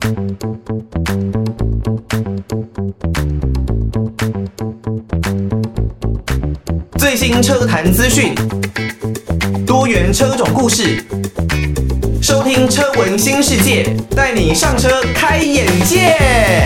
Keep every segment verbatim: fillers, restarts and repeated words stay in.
最新车坛资讯，多元车种故事，收听车闻新世界，带你上车开眼界。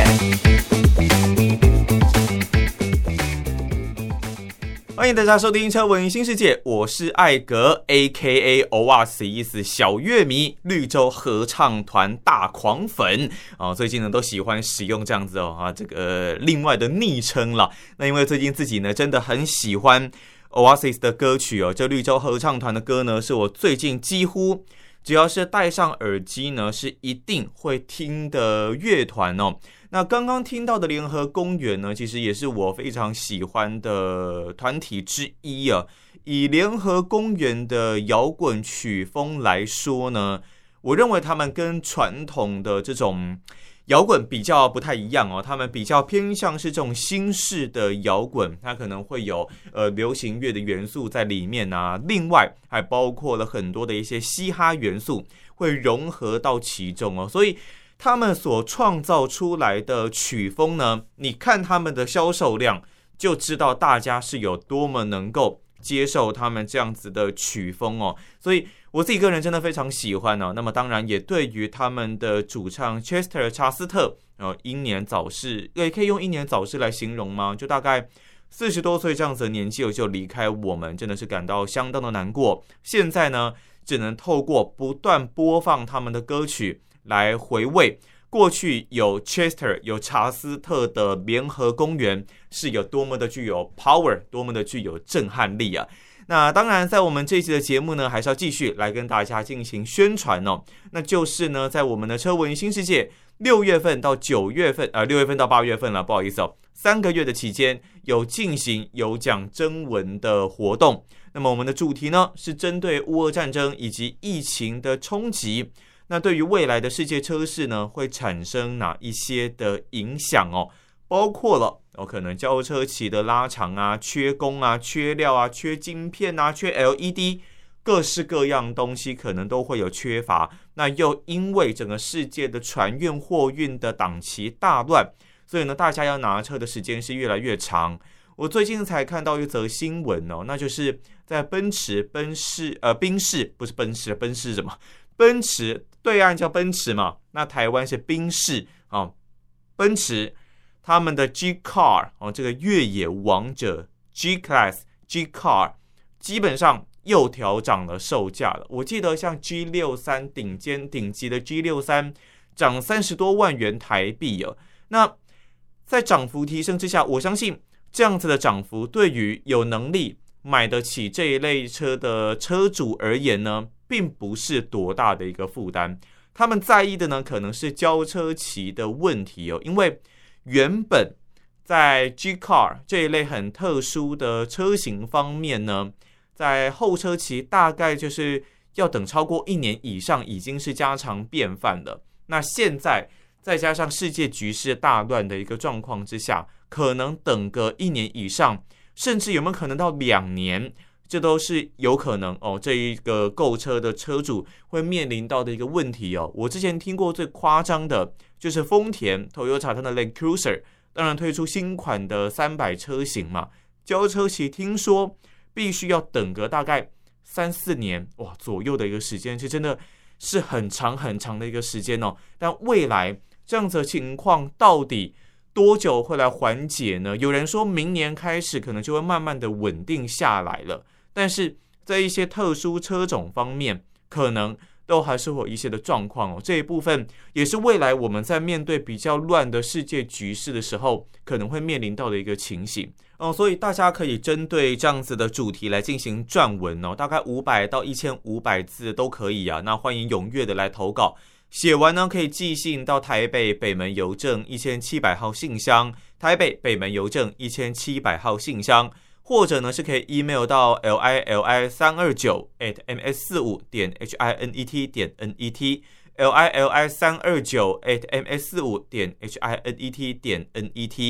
欢迎大家收听车闻新世界，我是艾格 A K A Oasis 小乐迷，绿洲合唱团大狂粉哦，最近呢都喜欢使用这样子哦啊这个、呃、另外的昵称啦。那因为最近自己呢真的很喜欢 Oasis 的歌曲哦，这绿洲合唱团的歌呢是我最近几乎只要是戴上耳机呢是一定会听的乐团哦。那刚刚听到的联合公园呢，其实也是我非常喜欢的团体之一啊。以联合公园的摇滚曲风来说呢，我认为他们跟传统的这种摇滚比较不太一样哦，他们比较偏向是这种新式的摇滚，它可能会有呃流行乐的元素在里面啊，另外还包括了很多的一些嘻哈元素会融合到其中哦，所以他们所创造出来的曲风呢，你看他们的销售量就知道大家是有多么能够接受他们这样子的曲风哦，所以我自己个人真的非常喜欢哦。那么当然也对于他们的主唱 Chester 查斯特呃英年早逝，也可以用英年早逝来形容吗？就大概四十多岁这样子的年纪就离开我们，真的是感到相当的难过。现在呢，只能透过不断播放他们的歌曲来回味过去有 Chester 有查斯特的联合公园是有多么的具有 power， 多么的具有震撼力啊！那当然在我们这一期的节目呢，还是要继续来跟大家进行宣传哦。那就是呢，在我们的车闻新世界六月份到九月份呃六月份到八月份了，不好意思哦，三个月的期间有进行有奖征文的活动。那么我们的主题呢是针对乌俄战争以及疫情的冲击，那对于未来的世界车市呢，会产生哪一些的影响哦？包括了哦，可能交车期的拉长啊，缺工啊，缺料啊，缺晶片啊，缺 L E D， 各式各样东西可能都会有缺乏。那又因为整个世界的船运货运的档期大乱，所以呢，大家要拿车的时间是越来越长。我最近才看到一则新闻哦，那就是在奔驰、奔驰呃宾士不是奔驰，奔驰什么？奔驰对岸叫奔驰嘛，那台湾是宾士哦。奔驰他们的 G Car 哦，这个越野王者 G Class G Car 基本上又调涨了售价了。我记得像 G 六十三 顶尖顶级的 G 六十三 涨三十多万元台币哦。那在涨幅提升之下，我相信这样子的涨幅对于有能力买得起这一类车的车主而言呢，并不是多大的一个负担。他们在意的呢，可能是交车期的问题哦，因为原本在 G Car 这一类很特殊的车型方面呢，在后车期大概就是要等超过一年以上，已经是家常便饭了。那现在再加上世界局势大乱的一个状况之下，可能等个一年以上，甚至有没有可能到两年？这都是有可能哦，这一个购车的车主会面临到的一个问题哦。我之前听过最夸张的就是丰田 Toyota 它的 Land Cruiser， 当然推出新款的三百车型嘛，交车期听说必须要等个大概三四年哇左右的一个时间，是真的是很长很长的一个时间哦。但未来这样子的情况到底多久会来缓解呢？有人说明年开始可能就会慢慢的稳定下来了。但是在一些特殊车种方面，可能都还是会有一些的状况哦。这一部分也是未来我们在面对比较乱的世界局势的时候，可能会面临到的一个情形哦。所以大家可以针对这样子的主题来进行撰文哦，大概五百到一千五百字都可以啊。那欢迎踊跃的来投稿，写完呢可以寄信到台北北门邮政一千七百号信箱，台北北门邮政一千七百号信箱。或者呢是可以 email 到 l i l i 三二九 at m s 四五 点 h i n e t 点 n e t l i l i 三二九 at m s 四五 点 h i n e t 点 n e t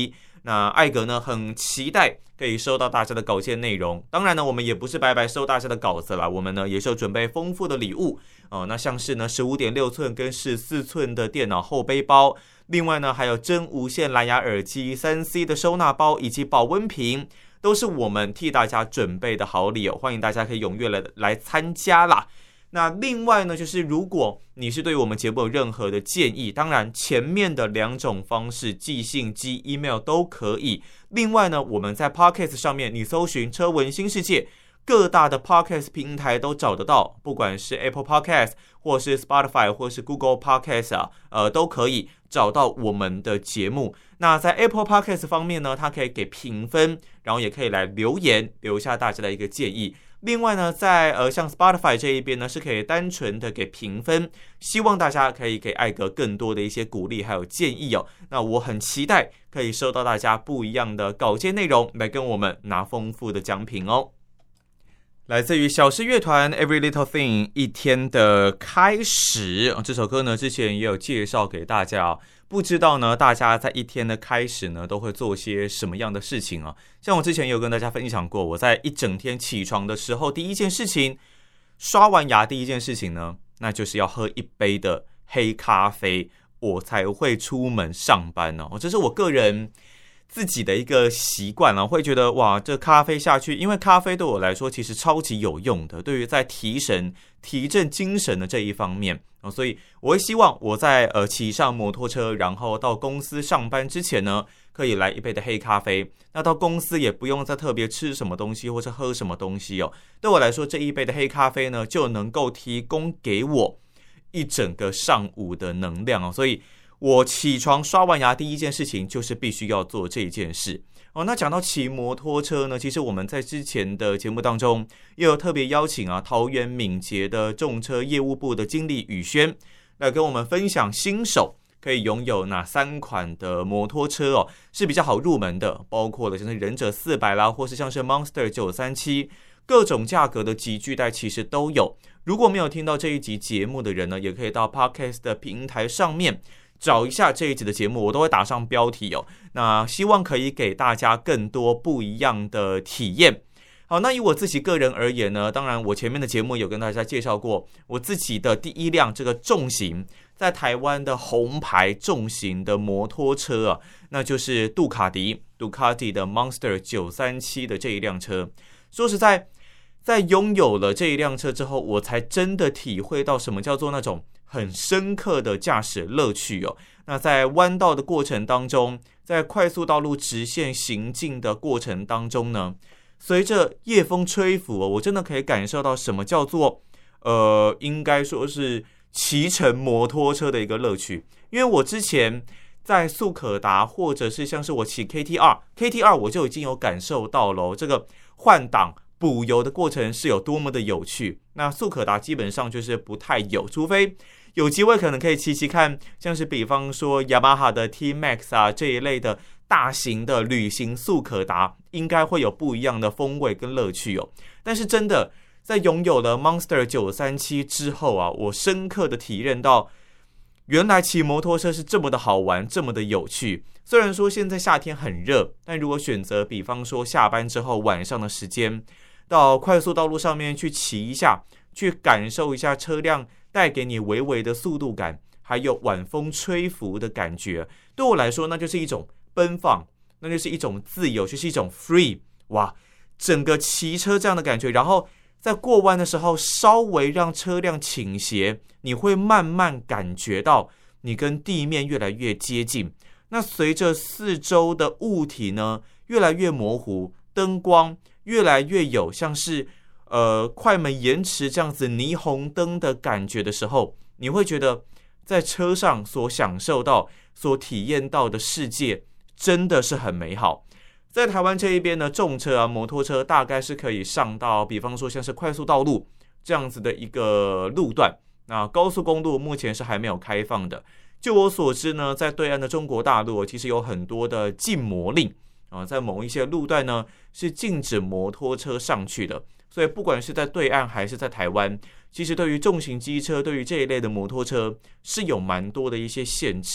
那艾格呢很期待可以收到大家的稿件内容，当然呢我们也不是白白收大家的稿子啦，我们呢也是有准备丰富的礼物哦。那像是呢 十五点六寸跟十四寸的电脑后背包，另外呢还有真无线蓝牙耳机、三 C 的收纳包以及保温瓶，都是我们替大家准备的好礼哦，欢迎大家可以踊跃来来参加啦。那另外呢，就是如果你是对我们节目有任何的建议，当然前面的两种方式，寄信、寄 email 都可以。另外呢，我们在 Podcast 上面，你搜寻车闻新世界，各大的 Podcast 平台都找得到，不管是 Apple Podcast 或是 Spotify 或是 Google Podcast 啊，呃，都可以找到我们的节目。那在 Apple Podcast 方面呢，它可以给评分，然后也可以来留言，留下大家的一个建议。另外呢，在呃像 Spotify 这一边呢，是可以单纯的给评分，希望大家可以给艾格更多的一些鼓励还有建议哦。那我很期待可以收到大家不一样的稿件内容，来跟我们拿丰富的奖品哦。来自于小狮乐团 Every Little Thing 一天的开始，这首歌呢之前也有介绍给大家哦。不知道呢大家在一天的开始呢都会做些什么样的事情啊？像我之前有跟大家分享过，我在一整天起床的时候，第一件事情刷完牙，第一件事情呢那就是要喝一杯的黑咖啡，我才会出门上班哦。这是我个人自己的一个习惯啊，会觉得哇，这咖啡下去，因为咖啡对我来说其实超级有用的，对于在提神、提振精神的这一方面啊，所以我会希望我在呃骑上摩托车，然后到公司上班之前呢，可以来一杯的黑咖啡。那到公司也不用再特别吃什么东西或者喝什么东西哦。对我来说，这一杯的黑咖啡呢，就能够提供给我一整个上午的能量哦，所以我起床刷完牙第一件事情就是必须要做这一件事哦。那讲到骑摩托车呢，其实我们在之前的节目当中也有特别邀请啊桃园敏捷的重车业务部的经理宇轩来跟我们分享新手可以拥有哪三款的摩托车哦是比较好入门的，包括了像是忍者四百啦，或是像是 Monster 九三七，各种价格的级距带其实都有。如果没有听到这一集节目的人呢，也可以到 Podcast 的平台上面找一下这一集的节目，我都会打上标题哦。那希望可以给大家更多不一样的体验。好，那以我自己个人而言呢，当然我前面的节目有跟大家介绍过，我自己的第一辆这个重型在台湾的红牌重型的摩托车啊，那就是杜卡迪杜卡迪的 Monster 九三七的这一辆车。说实在，在拥有了这一辆车之后，我才真的体会到什么叫做那种很深刻的驾驶乐趣哦。那在弯道的过程当中，在快速道路直线行进的过程当中呢，随着夜风吹拂哦，我真的可以感受到什么叫做呃，应该说是骑乘摩托车的一个乐趣。因为我之前在速可达或者是像是我骑 K T R K T R 我就已经有感受到了、哦、这个换挡补油的过程是有多么的有趣。那速可达基本上就是不太有，除非有机会可能可以骑骑看，像是比方说 Yamaha 的 T Max 啊这一类的大型的旅行速可达，应该会有不一样的风味跟乐趣哦。但是真的在拥有了 Monster 九三七之后啊，我深刻的体验到原来骑摩托车是这么的好玩，这么的有趣。虽然说现在夏天很热，但如果选择比方说下班之后晚上的时间到快速道路上面去骑一下，去感受一下车辆带给你微微的速度感，还有晚风吹拂的感觉，对我来说那就是一种奔放，那就是一种自由，就是一种 free。 哇，整个骑车这样的感觉，然后在过弯的时候稍微让车辆倾斜，你会慢慢感觉到你跟地面越来越接近。那随着四周的物体呢越来越模糊，灯光越来越有像是呃快门延迟这样子霓虹灯的感觉的时候，你会觉得在车上所享受到所体验到的世界真的是很美好。在台湾这一边呢，重车啊摩托车大概是可以上到比方说像是快速道路这样子的一个路段，那高速公路目前是还没有开放的。就我所知呢，在对岸的中国大陆其实有很多的禁摩令啊，在某一些路段呢是禁止摩托车上去的。所以不管是在对岸还是在台湾，其实对于重型机车，对于这一类的摩托车是有蛮多的一些限制。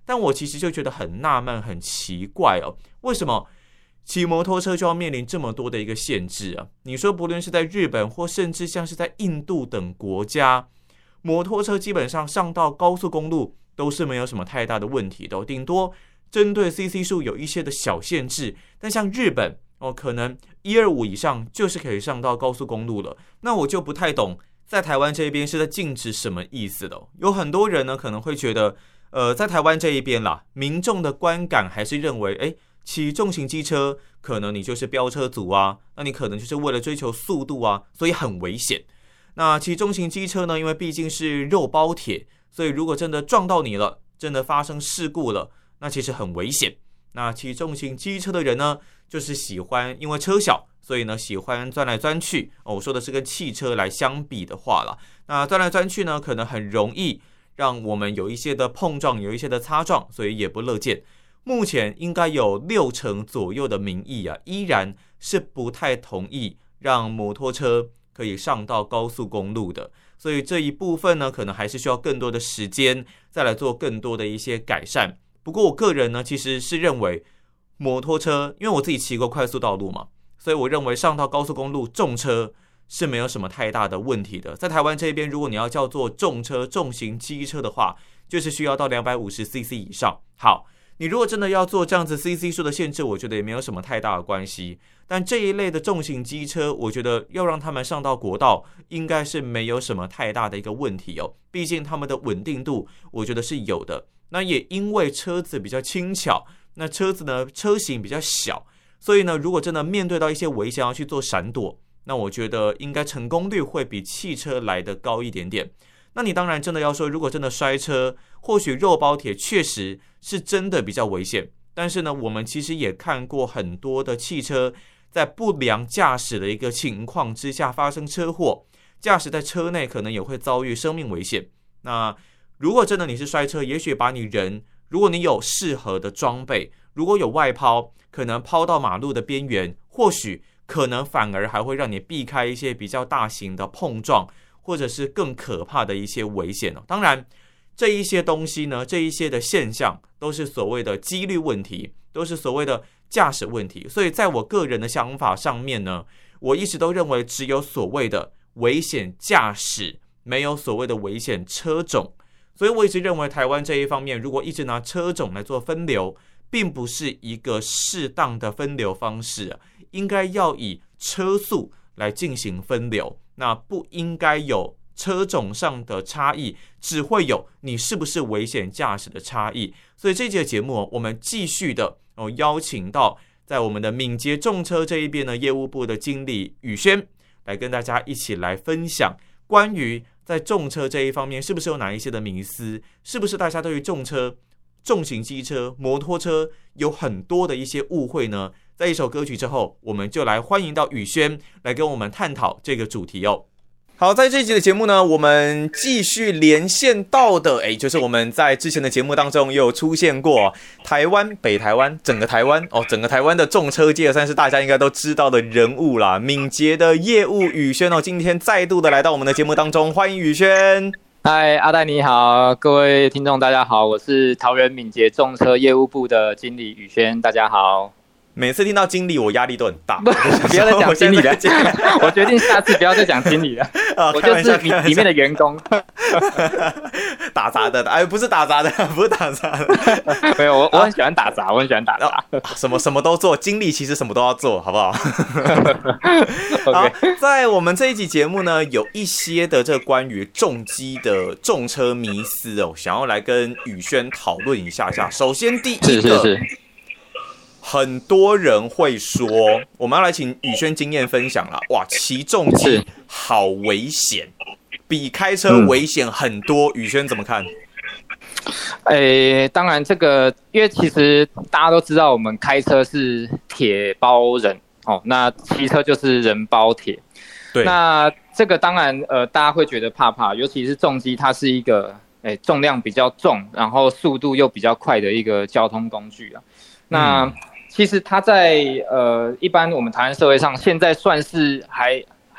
但我其实就觉得很纳闷、很奇怪哦，为什么骑摩托车就要面临这么多的一个限制啊？你说不论是在日本或甚至像是在印度等国家，摩托车基本上上到高速公路都是没有什么太大的问题的、哦，顶多针对 C C 数有一些的小限制。但像日本哦，可能一二五以上就是可以上到高速公路了。那我就不太懂，在台湾这边是在禁止什么意思的、哦？有很多人呢可能会觉得，呃，在台湾这一边啦，民众的观感还是认为，哎。骑重型机车，可能你就是飙车族啊，那你可能就是为了追求速度啊，所以很危险。那骑重型机车呢，因为毕竟是肉包铁，所以如果真的撞到你了，真的发生事故了，那其实很危险。那骑重型机车的人呢，就是喜欢因为车小，所以呢喜欢钻来钻去。哦，我说的是跟汽车来相比的话啦，那钻来钻去呢，可能很容易让我们有一些的碰撞，有一些的擦撞，所以也不乐见。目前应该有六成左右的民意啊，依然是不太同意让摩托车可以上到高速公路的，所以这一部分呢，可能还是需要更多的时间再来做更多的一些改善。不过我个人呢，其实是认为摩托车，因为我自己骑过快速道路嘛，所以我认为上到高速公路重车是没有什么太大的问题的。在台湾这边，如果你要叫做重车、重型机车的话，就是需要到 两百五十 C C 以上。好。你如果真的要做这样子 C C 数的限制，我觉得也没有什么太大的关系。但这一类的重型机车，我觉得要让他们上到国道，应该是没有什么太大的一个问题哦。毕竟他们的稳定度，我觉得是有的。那也因为车子比较轻巧，那车子呢车型比较小，所以呢，如果真的面对到一些危险要去做闪躲，那我觉得应该成功率会比汽车来得高一点点。那你当然真的要说，如果真的摔车，或许肉包铁确实是真的比较危险。但是呢，我们其实也看过很多的汽车在不良驾驶的一个情况之下发生车祸，驾驶在车内可能也会遭遇生命危险。那如果真的你是摔车，也许把你人，如果你有适合的装备，如果有外抛，可能抛到马路的边缘，或许可能反而还会让你避开一些比较大型的碰撞，或者是更可怕的一些危险哦。当然，这一些东西呢，这一些的现象都是所谓的几率问题，都是所谓的驾驶问题。所以在我个人的想法上面呢，我一直都认为只有所谓的危险驾驶，没有所谓的危险车种。所以我一直认为台湾这一方面，如果一直拿车种来做分流，并不是一个适当的分流方式啊，应该要以车速来进行分流。那不应该有车种上的差异，只会有你是不是危险驾驶的差异。所以这节节目、哦、我们继续的、哦、邀请到在我们的敏捷重车这一边呢，业务部的经理宇轩来跟大家一起来分享关于在重车这一方面是不是有哪一些的迷思，是不是大家对于重车、重型机车、摩托车有很多的一些误会呢？在一首歌曲之后，我们就来欢迎到宇轩来跟我们探讨这个主题哦。好，在这一集的节目呢，我们继续连线到的，哎，就是我们在之前的节目当中也有出现过台湾、北台湾、整个台湾哦，整个台湾的重车界算是大家应该都知道的人物啦。敏捷的业务宇轩哦，今天再度的来到我们的节目当中，欢迎宇轩。 嗨，阿戴你好，各位听众大家好，我是桃园敏捷重车业务部的经理宇轩，大家好。 每次听到经理，我压力都很大。 不，不要再讲经理了。我决定下次不要再讲经理了。啊、我就是里里面的员工。 打杂的，哎，不是打杂的，不是打杂的。 没有，我我很喜欢打杂，我很喜欢打杂。 啊、什么什么都做，经理其实什么都要做，好不好？好，在我们这一集节目呢，有一些的这关于重机的重车迷思哦，想要来跟宇轩讨论一下下。首先第一个。是是是很多人会说，我们要来请宇轩经验分享啦。哇，骑重机好危险，比开车危险很多。宇轩怎么看？ 诶，当然这个，因为其实大家都知道，我们开车是铁包人哦，那骑车就是人包铁。对，那这个当然呃，大家会觉得怕怕，尤其是重机，它是一个诶重量比较重，然后速度又比较快的一个交通工具啊。那、嗯其实它在呃一般我们台湾社会上，现在算是还还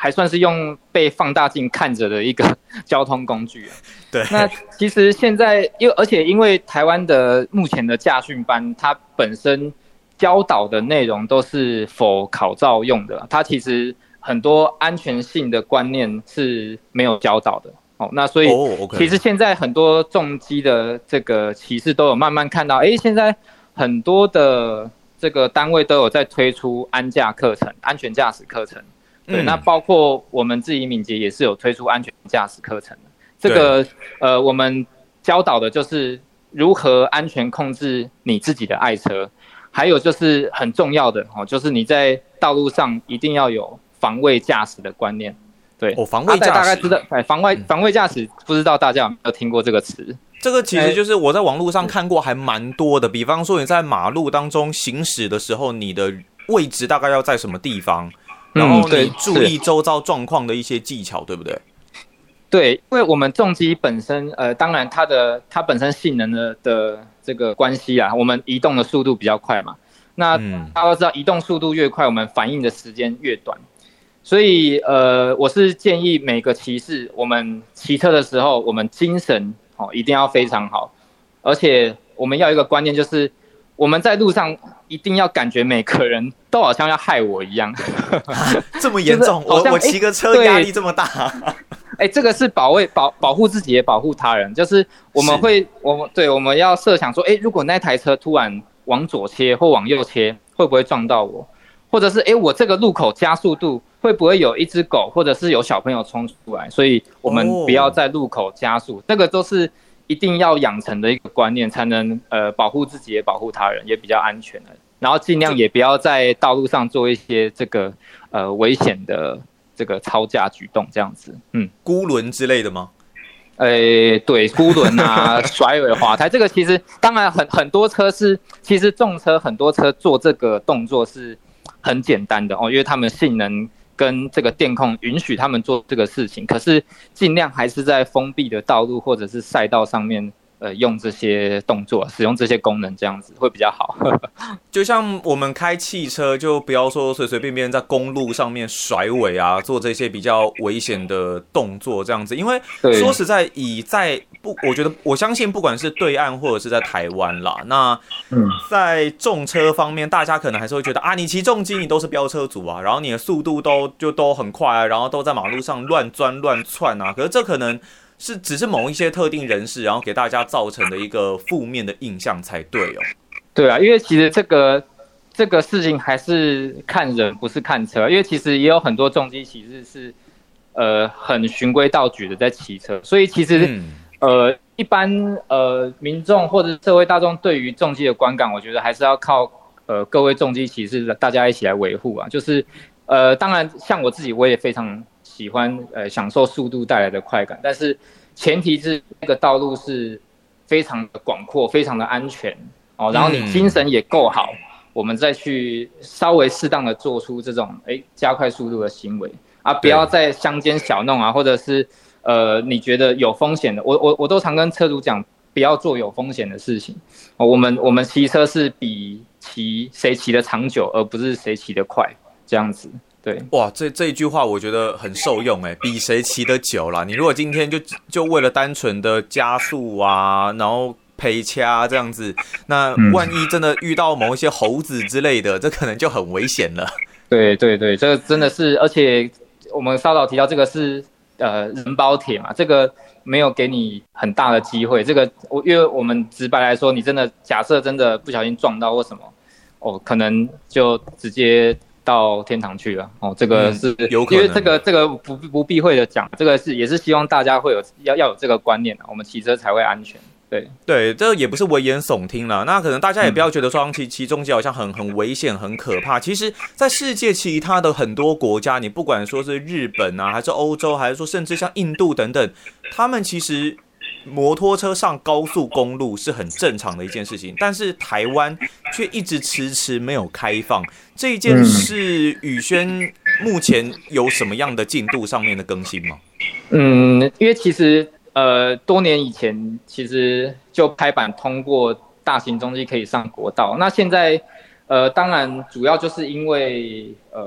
还算是用被放大镜看着的一个交通工具、啊。 对， 那其实现在因而且因为台湾的目前的驾训班，它本身教导的内容都是否考照用的，它其实很多安全性的观念是没有教导的。哦，那所以其实现在很多重机的这个骑士都有慢慢看到，哎，现在很多的这个单位都有在推出安驾课程、安全驾驶课程。对，嗯、那包括我们自己敏捷也是有推出安全驾驶课程的。这个呃，我们教导的就是如何安全控制你自己的爱车，还有就是很重要的哦，就是你在道路上一定要有防卫驾驶的观念。对， 哦，防卫驾驶， 大概知道，哎，防卫防卫驾驶，不知道大家有没有听过这个词？ 这个其实就是我在网络上看过，还蛮多的。比方说你在马路当中行驶的时候，你的位置大概要在什么地方，然后你注意周遭状况的一些技巧，对不对？ 对，因为我们重机本身，呃，当然它的它本身性能的的这个关系啊，我们移动的速度比较快嘛。那大家都知道，移动速度越快，我们反应的时间越短。所以，呃，我是建议每个骑士，我们骑车的时候，我们精神哦一定要非常好，而且我们要有一个观念，就是我们在路上一定要感觉每个人都好像要害我一样。 这么严重？我我骑个车压力这么大？ 哎、欸，这个是保卫保保护自己也保护他人，就是我们会，我们对我们要设想说，哎、欸，如果那台车突然往左切或往右切，会不会撞到我？或者是哎、欸，我这个路口加速度会不会有一只狗，或者是有小朋友冲出来？所以我们不要在路口加速，这、oh. 个都是一定要养成的一个观念，才能呃保护自己也保护他人，也比较安全的。然后尽量也不要在道路上做一些这个呃危险的这个超驾举动，这样子。嗯， 孤轮之类的吗？ 诶，对，孤轮啊，甩尾滑胎，这个其实当然很很多车是，其实重车很多车做这个动作是很简单的哦，因为他们性能跟这个电控允许他们做这个事情，可是尽量还是在封闭的道路或者是赛道上面，呃，用这些动作，使用这些功能，这样子会比较好。 就像我们开汽车，就不要说随随便便在公路上面甩尾啊，做这些比较危险的动作，这样子。因为说实在，以在不，我觉得我相信，不管是对岸或者是在台湾啦，那在重车方面，大家可能还是会觉得啊，你骑重机，你都是飙车族啊，然后你的速度都就都很快啊，然后都在马路上乱钻乱窜啊，可是这可能是只是某一些特定人士，然后给大家造成的一个负面的印象才对哦。 对啊，因为其实这个这个事情还是看人，不是看车。因为其实也有很多重机骑士是呃很循规蹈矩的在骑车，所以其实、嗯、呃一般呃民众或者社会大众对于重机的观感，我觉得还是要靠呃各位重机骑士大家一起来维护啊。就是呃当然像我自己，我也非常喜欢呃享受速度带来的快感，但是前提是那个道路是非常的广阔，非常的安全哦，然后你精神也够好，嗯、我们再去稍微适当的做出这种哎加快速度的行为啊，不要在乡间小弄啊，或者是呃你觉得有风险的，我我我都常跟车主讲，不要做有风险的事情哦。我们我们骑车是比骑谁骑得长久，而不是谁骑得快这样子。对， 哇，这这一句话我觉得很受用哎，比谁骑得久啦。你如果今天就就为了单纯的加速啊，然后陪掐这样子，那万一真的遇到某一些猴子之类的，这可能就很危险了。 对对对，这个真的是，而且我们稍早提到这个是呃人包铁嘛，这个没有给你很大的机会。这个我因为我们直白来说，你真的假设真的不小心撞到或什么，哦，可能就直接到天堂去了哦，这个是、嗯、有可能，因为这个这个不不避讳的讲，这个是也是希望大家会有要要有这个观念，我们骑车才会安全。对对，这也不是危言耸听啦。那可能大家也不要觉得说骑骑重机好像很很危险、很可怕。其实，在世界其他的很多国家，你不管说是日本啊，还是欧洲，还是说甚至像印度等等，他们其实摩托车上高速公路是很正常的一件事情，但是台湾却一直迟迟没有开放。这一件事，宇轩目前有什么样的进度上面的更新吗？ 嗯，因为其实呃多年以前其实就拍板通过大型重机可以上国道，那现在呃当然主要就是因为呃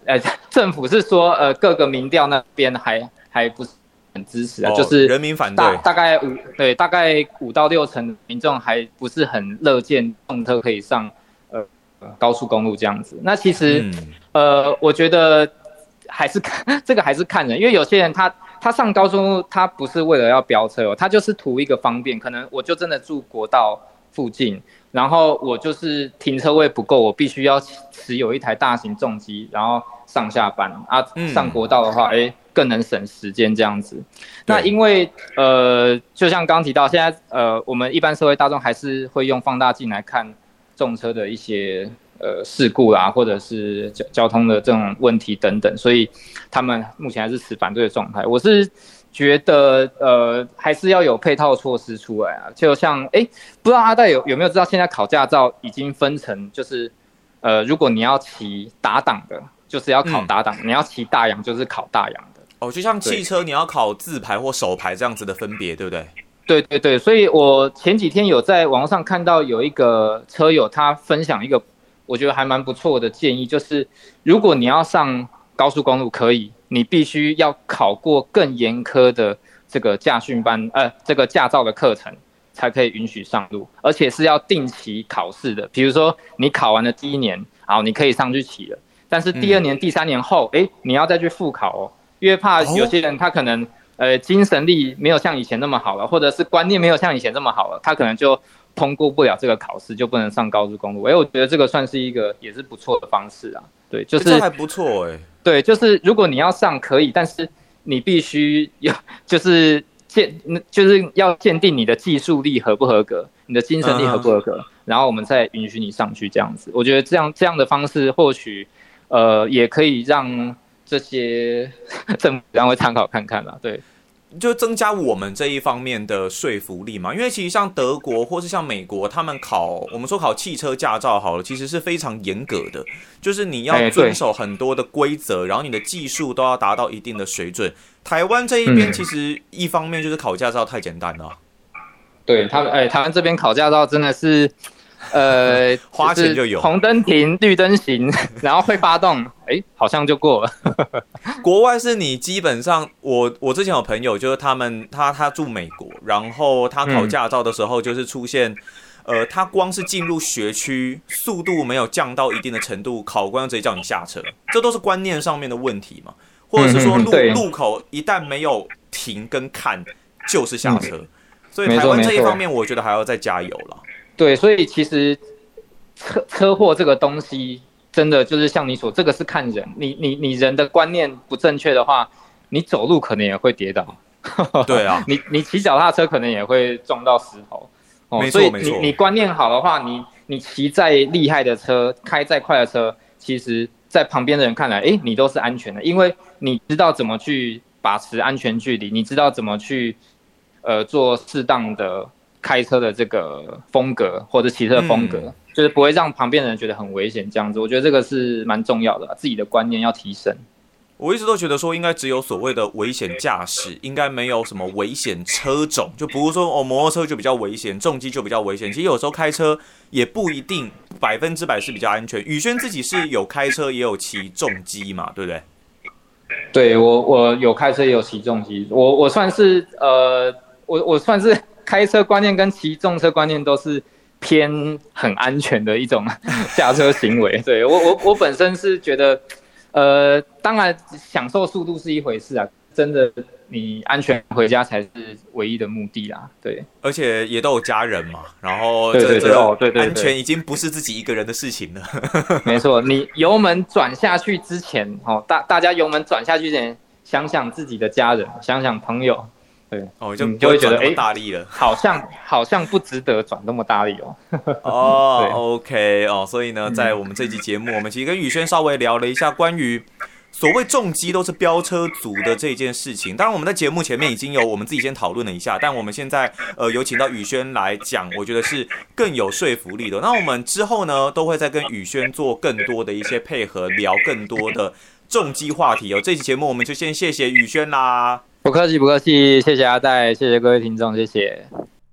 呃，政府是说，呃，各个民调那边还还不是很支持啊， 哦、 就是人民反对， 大大概五对大概五到六成的民众还不是很乐见重车可以上呃高速公路这样子。那其实、嗯、呃，我觉得还是看这个还是看人，因为有些人他他上高速公路，他不是为了要飙车哦，他就是图一个方便，可能我就真的住国道附近。然后我就是停车位不够，我必须要持有一台大型重机，然后上下班啊。上国道的话，哎、嗯，更能省时间这样子。那因为呃，就像刚提到，现在呃，我们一般社会大众还是会用放大镜来看重车的一些呃事故啦，或者是交交通的这种问题等等，所以他们目前还是持反对的状态。我是觉得呃还是要有配套措施出来啊，就像哎，不知道阿戴有有没有知道，现在考驾照已经分成，就是呃如果你要骑打档的，就是要考打档；嗯、你要骑大洋，就是考大洋的。 哦，就像汽车你要考自排或手排这样子的分别，对不对？ 对对对，所以我前几天有在网上看到有一个车友他分享一个我觉得还蛮不错的建议，就是如果你要上高速公路可以。你必须要考过更严苛的这个驾训班，呃，这个驾照的课程，才可以允许上路，而且是要定期考试的。比如说，你考完了第一年，好，你可以上去骑了，但是第二年、嗯、第三年后，哎，你要再去复考哦，因为怕有些人他可能呃精神力没有像以前那么好了，或者是观念没有像以前那么好了，他可能就通过不了这个考试，就不能上高速公路。哎，我觉得这个算是一个也是不错的方式啊。对，就是这还不错哎、欸。 对，就是如果你要上可以，但是你必须要就是鉴，就是要鉴定你的技术力合不合格，你的精神力合不合格，嗯、然后我们再允许你上去这样子。我觉得这样这样的方式或许呃也可以让这些政府单位参考看看啦。对。 就增加我们这一方面的说服力嘛，因为其实像德国或是像美国，他们考我们说考汽车驾照好了，其实是非常严格的，就是你要遵守很多的规则，然后你的技术都要达到一定的水准。台湾这一边其实一方面就是考驾照太简单了， 嗯、对他们，哎、欸，台湾这边考驾照真的是。呃， 花钱就有， 红灯停，绿灯行，然后会发动，哎、欸，好像就过了。 国外是你基本上，我我之前有朋友，就是他们他他住美国，然后他考驾照的时候，就是出现，嗯、呃，他光是进入学区，速度没有降到一定的程度，考官直接叫你下车，这都是观念上面的问题嘛，或者是说路、嗯、路口一旦没有停跟看，就是下车，嗯、所以台湾这一方面，我觉得还要再加油了。 对，所以其实车车祸这个东西，真的就是像你说，这个是看人，你你你人的观念不正确的话，你走路可能也会跌倒。 对啊， 你你骑脚踏车可能也会撞到石头。 哦、没错没错。所以你你观念好的话，你你骑再厉害的车，开再快的车，其实在旁边的人看来，哎，你都是安全的，因为你知道怎么去把持安全距离，你知道怎么去呃做适当的。开车的这个风格或者骑车的风格、嗯，就是不会让旁边的人觉得很危险，这样子，我觉得这个是蛮重要的、啊，自己的观念要提升。 我一直都觉得说，应该只有所谓的危险驾驶，应该没有什么危险车种，就不是说哦，摩托车就比较危险，重机就比较危险。其实有时候开车也不一定百分之百是比较安全。宇轩自己是有开车也有骑重机嘛，对不对？ 对我我有开车也有骑重机，我我算是呃，我我算是。开车观念跟骑重车观念都是偏很安全的一种驾车行为。对我我我本身是觉得，呃，当然享受速度是一回事啊，真的你安全回家才是唯一的目的啦。对， 而且也都有家人嘛，然后这对对对哦对对对， 安全已经不是自己一个人的事情了。 没错，你油门转下去之前，哦，大大家油门转下去之前，想想自己的家人，想想朋友。对哦，就就会觉得哎，大力了， 好像好像不值得转那么大力哦。 哦 ，OK 哦，所以呢，在我们这集节目，我们其实跟宇轩稍微聊了一下关于所谓重机都是飙车族的这件事情。当然，我们在节目前面已经有我们自己先讨论了一下，但我们现在呃有请到宇轩来讲，我觉得是更有说服力的。那我们之后呢，都会再跟宇轩做更多的一些配合，聊更多的重机话题哦。这期节目我们就先谢谢宇轩啦。 不客气，不客气，谢谢阿戴，谢谢各位听众，谢谢。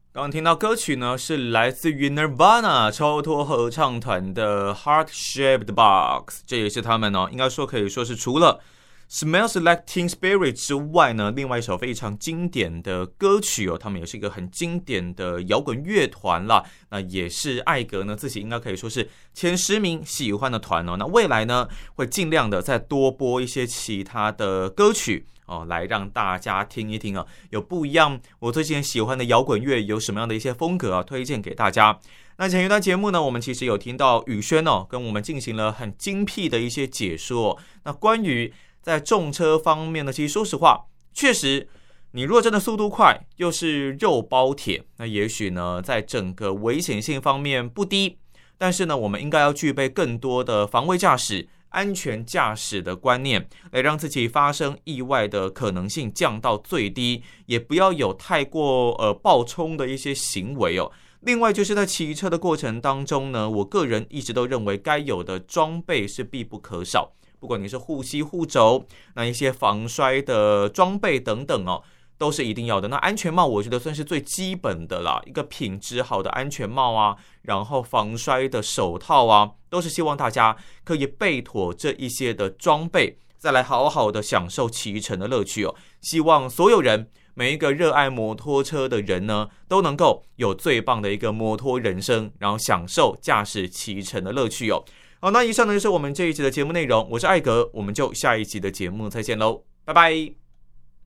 刚刚听到歌曲呢，是来自于 Nirvana 超脱合唱团的 Heart Shaped Box， 这也是他们哦，应该说可以说是除了 Smells Like Teen Spirit 之外呢，另外一首非常经典的歌曲哦，他们也是一个很经典的摇滚乐团啦。那也是艾格呢自己应该可以说是前十名喜欢的团哦。那未来呢会尽量的再多播一些其他的歌曲哦，来让大家听一听啊，有不一样我最近喜欢的摇滚乐有什么样的一些风格啊，推荐给大家。那前一段节目呢，我们其实有听到宇轩哦，跟我们进行了很精辟的一些解说。那关于在重车方面呢，其实说实话，确实，你如果真的速度快，又是肉包铁，那也许呢，在整个危险性方面不低，但是呢，我们应该要具备更多的防卫驾驶、安全驾驶的观念，来让自己发生意外的可能性降到最低，也不要有太过呃暴冲的一些行为哦。另外就是在骑车的过程当中呢，我个人一直都认为该有的装备是必不可少。不管你是护膝护肘，那一些防摔的装备等等哦，都是一定要的。那安全帽我觉得算是最基本的啦，一个品质好的安全帽啊，然后防摔的手套啊，都是希望大家可以备妥这一些的装备，再来好好的享受骑乘的乐趣哦。希望所有人，每一个热爱摩托车的人呢，都能够有最棒的一个摩托人生，然后享受驾驶骑乘的乐趣哦。好，那以上呢就是我们这一集的节目内容，我是艾格，我们就下一集的节目再见喽，拜拜。